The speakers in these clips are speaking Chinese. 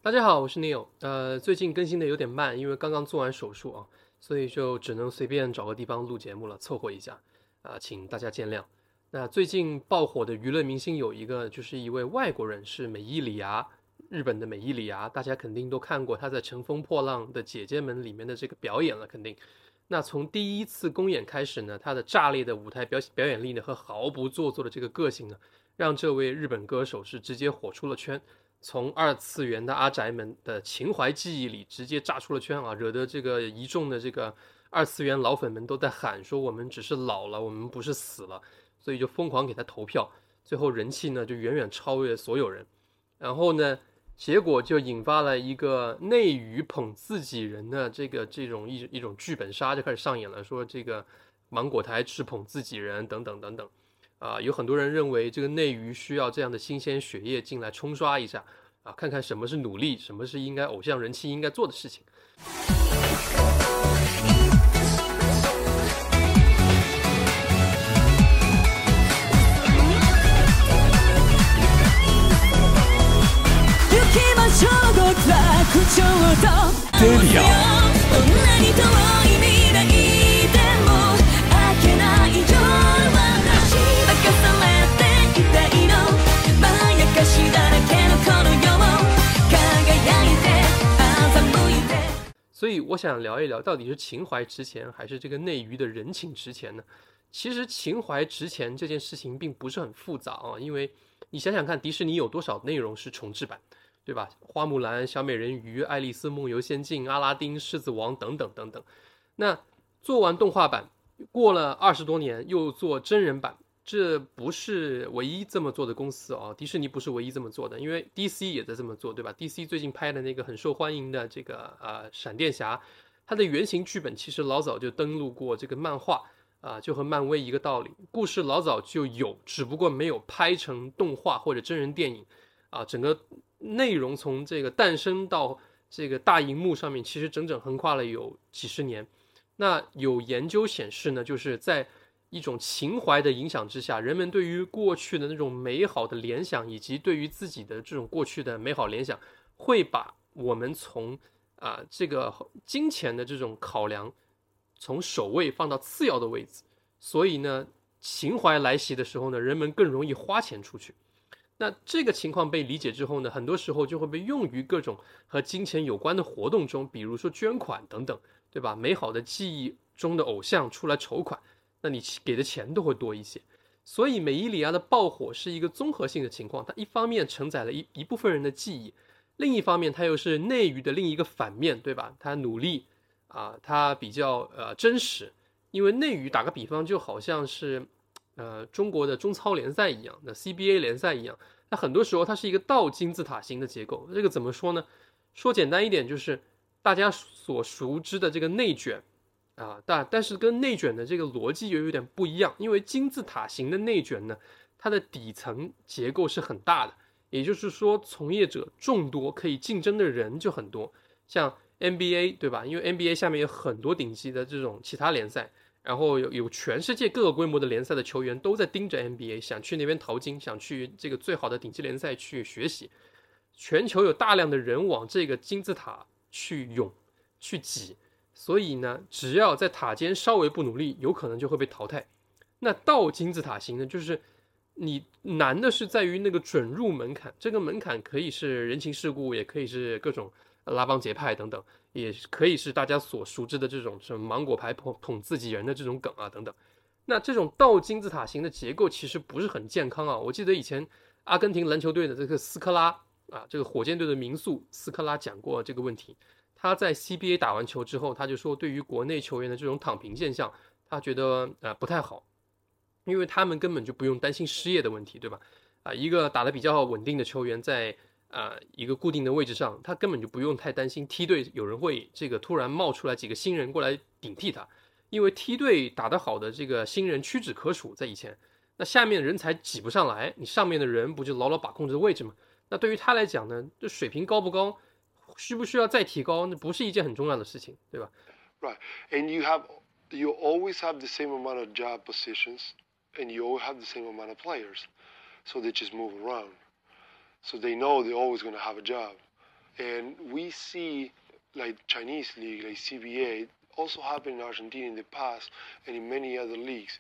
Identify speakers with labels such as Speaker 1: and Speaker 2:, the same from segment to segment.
Speaker 1: 大家好，我是 Neil。最近更新的有点慢，因为刚刚做完手术啊，所以就只能随便找个地方录节目了，凑合一下请大家见谅。那最近爆火的娱乐明星有一个，就是一位外国人，是美伊里芽，日本的美伊里芽，大家肯定都看过他在《乘风破浪的姐姐们》里面的这个表演了，肯定。那从第一次公演开始呢，他的炸裂的舞台表演力呢和毫不做作的这个个性呢，让这位日本歌手是直接火出了圈。从二次元的阿宅们的情怀记忆里直接炸出了圈啊，惹得这个一众的这个二次元老粉们都在喊说我们只是老了，我们不是死了，所以就疯狂给他投票，最后人气呢就远远超越所有人。然后呢，结果就引发了一个内娱捧自己人的这种剧本杀就开始上演了，说这个芒果台是捧自己人等等等等。有很多人认为这个内娱需要这样的新鲜血液进来冲刷一下看看什么是努力，什么是应该偶像人气应该做的事情。所以我想聊一聊，到底是情怀值钱，还是这个内娱的人情值钱呢？其实情怀值钱这件事情并不是很复杂因为你想想看，迪士尼有多少内容是重制版，对吧？花木兰、小美人鱼、爱丽丝梦游仙境、阿拉丁、狮子王等等等等。那做完动画版，过了20多年又做真人版，这不是唯一这么做的公司迪士尼不是唯一这么做的，因为 DC 也在这么做，对吧？ DC 最近拍的那个很受欢迎的这个闪电侠，它的原型剧本其实老早就登陆过这个漫画就和漫威一个道理，故事老早就有，只不过没有拍成动画或者真人电影整个内容从这个诞生到这个大荧幕上面，其实整整横跨了有几十年。那有研究显示呢，就是在一种情怀的影响之下，人们对于过去的那种美好的联想，以及对于自己的这种过去的美好联想，会把我们从这个金钱的这种考量从首位放到次要的位置。所以呢，情怀来袭的时候呢，人们更容易花钱出去。那这个情况被理解之后呢，很多时候就会被用于各种和金钱有关的活动中，比如说捐款等等，对吧？美好的记忆中的偶像出来筹款，那你给的钱都会多一些。所以美伊里亚的爆火是一个综合性的情况，它一方面承载了一部分人的记忆，另一方面它又是内娱的另一个反面，对吧？它努力它比较真实。因为内娱打个比方，就好像是中国的中超联赛一样的 CBA 联赛一样，那很多时候它是一个倒金字塔型的结构。这个怎么说呢？说简单一点，就是大家所熟知的这个内卷但是跟内卷的这个逻辑又有点不一样。因为金字塔型的内卷呢，它的底层结构是很大的，也就是说从业者众多，可以竞争的人就很多。像 NBA 对吧？因为 NBA 下面有很多顶级的这种其他联赛，然后有全世界各个规模的联赛的球员都在盯着 NBA， 想去那边淘金，想去这个最好的顶级联赛去学习。全球有大量的人往这个金字塔去涌去挤，所以呢，只要在塔尖稍微不努力，有可能就会被淘汰。那倒金字塔型呢，就是你难的是在于那个准入门槛，这个门槛可以是人情世故，也可以是各种拉帮结派等等，也可以是大家所熟知的这种什么芒果牌捧自己人的这种梗等等。那这种倒金字塔型的结构其实不是很健康我记得以前阿根廷篮球队的这个斯科拉这个火箭队的名宿斯科拉讲过这个问题。他在 CBA 打完球之后，他就说对于国内球员的这种躺平现象，他觉得不太好，因为他们根本就不用担心失业的问题，对吧？一个打得比较稳定的球员在一个固定的位置上，他根本就不用太担心梯队有人会这个突然冒出来几个新人过来顶替他，因为梯队打得好的这个新人屈指可数，在以前，那下面人才挤不上来，你上面的人不就牢牢把控着位置吗？那对于他来讲呢，这水平高不高，需不需要再提高，那不是一件很重要的事情，对吧？
Speaker 2: Right, and you always have the same amount of job positions, and you always have the same amount of players, so they just move around, so they know they're always going to have a job. And we see like Chinese league, like CBA, also happened in Argentina in the past and in many other leagues.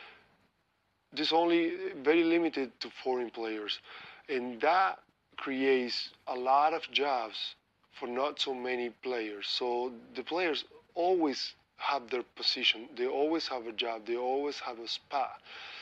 Speaker 2: This only very limited to foreign players, and that creates a lot of jobs for not so many players. So the players always have their position, they always have a job, they always have a spot.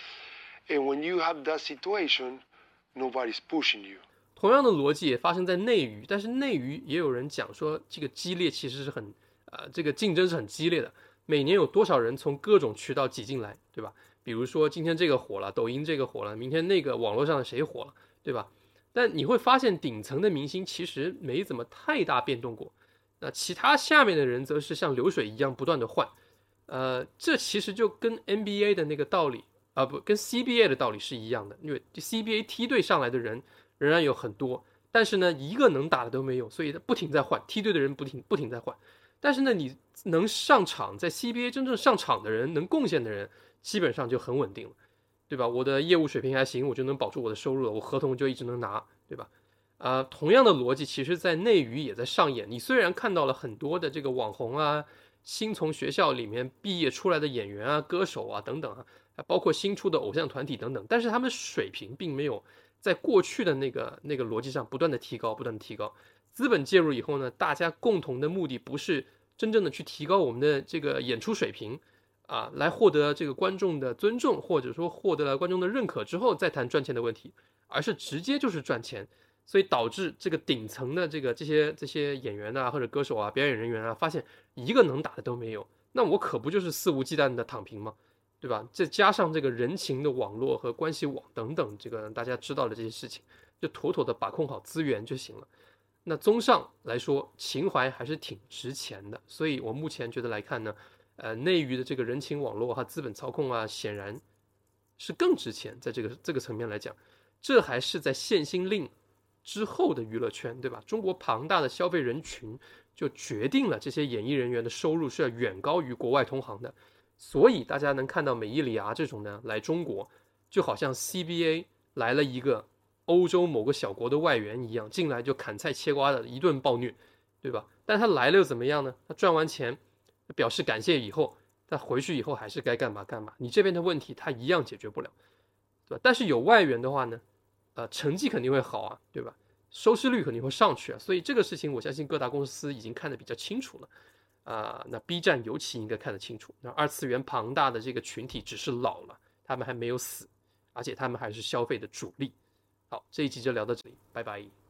Speaker 2: And when you have that situation, nobody's pushing you.
Speaker 1: 同样的逻辑也发生在内娱，但是内娱也有人讲说，这个激烈其实是很这个竞争是很激烈的，每年有多少人从各种渠道挤进来，对吧？比如说今天这个火了，抖音这个火了，明天那个网络上的谁火了，对吧？但你会发现顶层的明星其实没怎么太大变动过，那其他下面的人则是像流水一样不断的换，这其实就跟 NBA 的那个道理不跟 CBA 的道理是一样的，因为 CBA 梯队上来的人仍然有很多，但是呢一个能打的都没有，所以不停在换，梯队的人不停在换。但是呢，你能上场，在 CBA 真正上场的人，能贡献的人，基本上就很稳定了，对吧？我的业务水平还行，我就能保住我的收入了，我合同就一直能拿，对吧？同样的逻辑，其实在内娱也在上演。你虽然看到了很多的这个网红啊，新从学校里面毕业出来的演员啊、歌手啊等等啊，包括新出的偶像团体等等，但是他们水平并没有在过去的那个逻辑上不断的提高，不断的提高。资本介入以后呢，大家共同的目的不是真正的去提高我们的这个演出水平来获得这个观众的尊重，或者说获得了观众的认可之后再谈赚钱的问题，而是直接就是赚钱。所以导致这个顶层的这些演员啊或者歌手啊表演人员啊，发现一个能打的都没有，那我可不就是肆无忌惮的躺平吗？对吧？再加上这个人情的网络和关系网等等，这个大家知道的这些事情，就妥妥的把控好资源就行了。那综上来说，情怀还是挺值钱的，所以我目前觉得来看呢，内娱的这个人情网络和资本操控啊，显然是更值钱，在这个层面来讲，这还是在限薪令之后的娱乐圈，对吧？中国庞大的消费人群就决定了这些演艺人员的收入是要远高于国外同行的，所以大家能看到美伊里亚这种呢来中国，就好像 CBA 来了一个欧洲某个小国的外援一样，进来就砍菜切瓜的一顿暴虐，对吧？但他来了又怎么样呢？他赚完钱表示感谢以后，他回去以后还是该干嘛干嘛，你这边的问题他一样解决不了，对吧？但是有外援的话呢，成绩肯定会好啊，对吧？收视率肯定会上去啊，所以这个事情我相信各大公司已经看得比较清楚了那 B 站尤其应该看得清楚，那二次元庞大的这个群体只是老了，他们还没有死，而且他们还是消费的主力。好，这一集就聊到这里，拜拜。